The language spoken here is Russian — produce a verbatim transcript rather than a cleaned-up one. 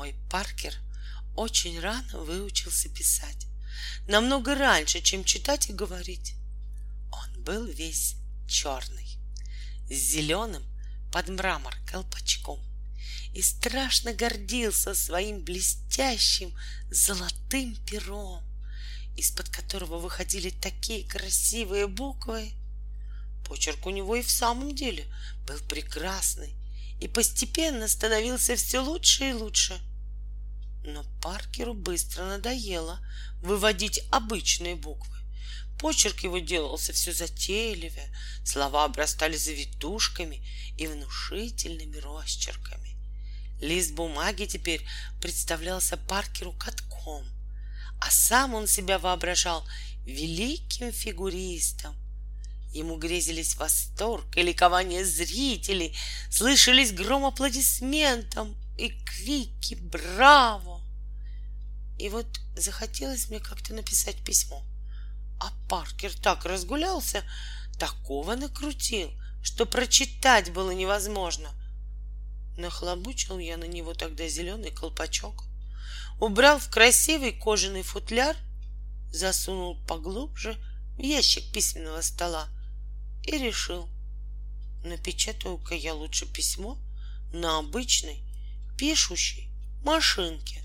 Мой Паркер очень рано выучился писать, намного раньше, чем читать и говорить. Он был весь черный, с зеленым под мрамор колпачком, и страшно гордился своим блестящим золотым пером, из-под которого выходили такие красивые буквы. Почерк у него и в самом деле был прекрасный и постепенно становился все лучше и лучше. Но Паркеру быстро надоело выводить обычные буквы. Почерк его делался все затейливее, слова обрастали завитушками и внушительными росчерками. Лист бумаги теперь представлялся Паркеру катком, а сам он себя воображал великим фигуристом. Ему грезились восторг и ликование зрителей, слышались гром аплодисментов и крики «Браво!». И вот захотелось мне как-то написать письмо. А Паркер так разгулялся, такого накрутил, что прочитать было невозможно. Нахлобучил я на него тогда зеленый колпачок, убрал в красивый кожаный футляр, засунул поглубже в ящик письменного стола и решил: напечатаю-ка я лучше письмо на обычной пишущей машинке.